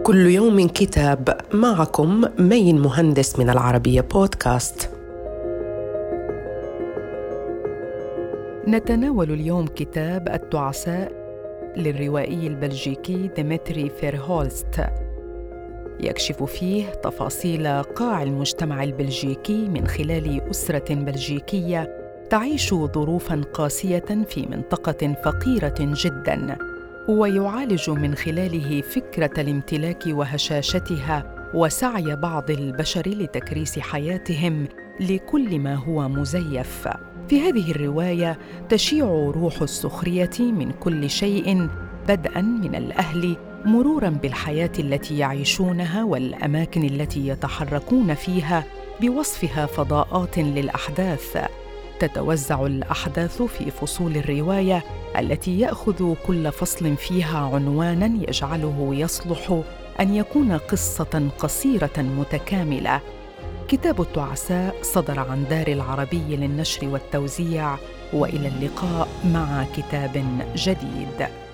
كل يوم كتاب. معكم مين مهندس من العربية بودكاست. نتناول اليوم كتاب التعساء للروائي البلجيكي ديمتري فيرهولست، يكشف فيه تفاصيل قاع المجتمع البلجيكي من خلال أسرة بلجيكية تعيش ظروفاً قاسية في منطقة فقيرة جداً، ويعالج من خلاله فكرة الامتلاك وهشاشتها وسعي بعض البشر لتكريس حياتهم لكل ما هو مزيف. في هذه الرواية تشيع روح السخرية من كل شيء، بدءاً من الأهل مروراً بالحياة التي يعيشونها والأماكن التي يتحركون فيها، بوصفها فضاءات للأحداث. تتوزع الأحداث في فصول الرواية التي يأخذ كل فصل فيها عنواناً يجعله يصلح أن يكون قصة قصيرة متكاملة. كتاب التعساء صدر عن دار العربي للنشر والتوزيع، وإلى اللقاء مع كتاب جديد.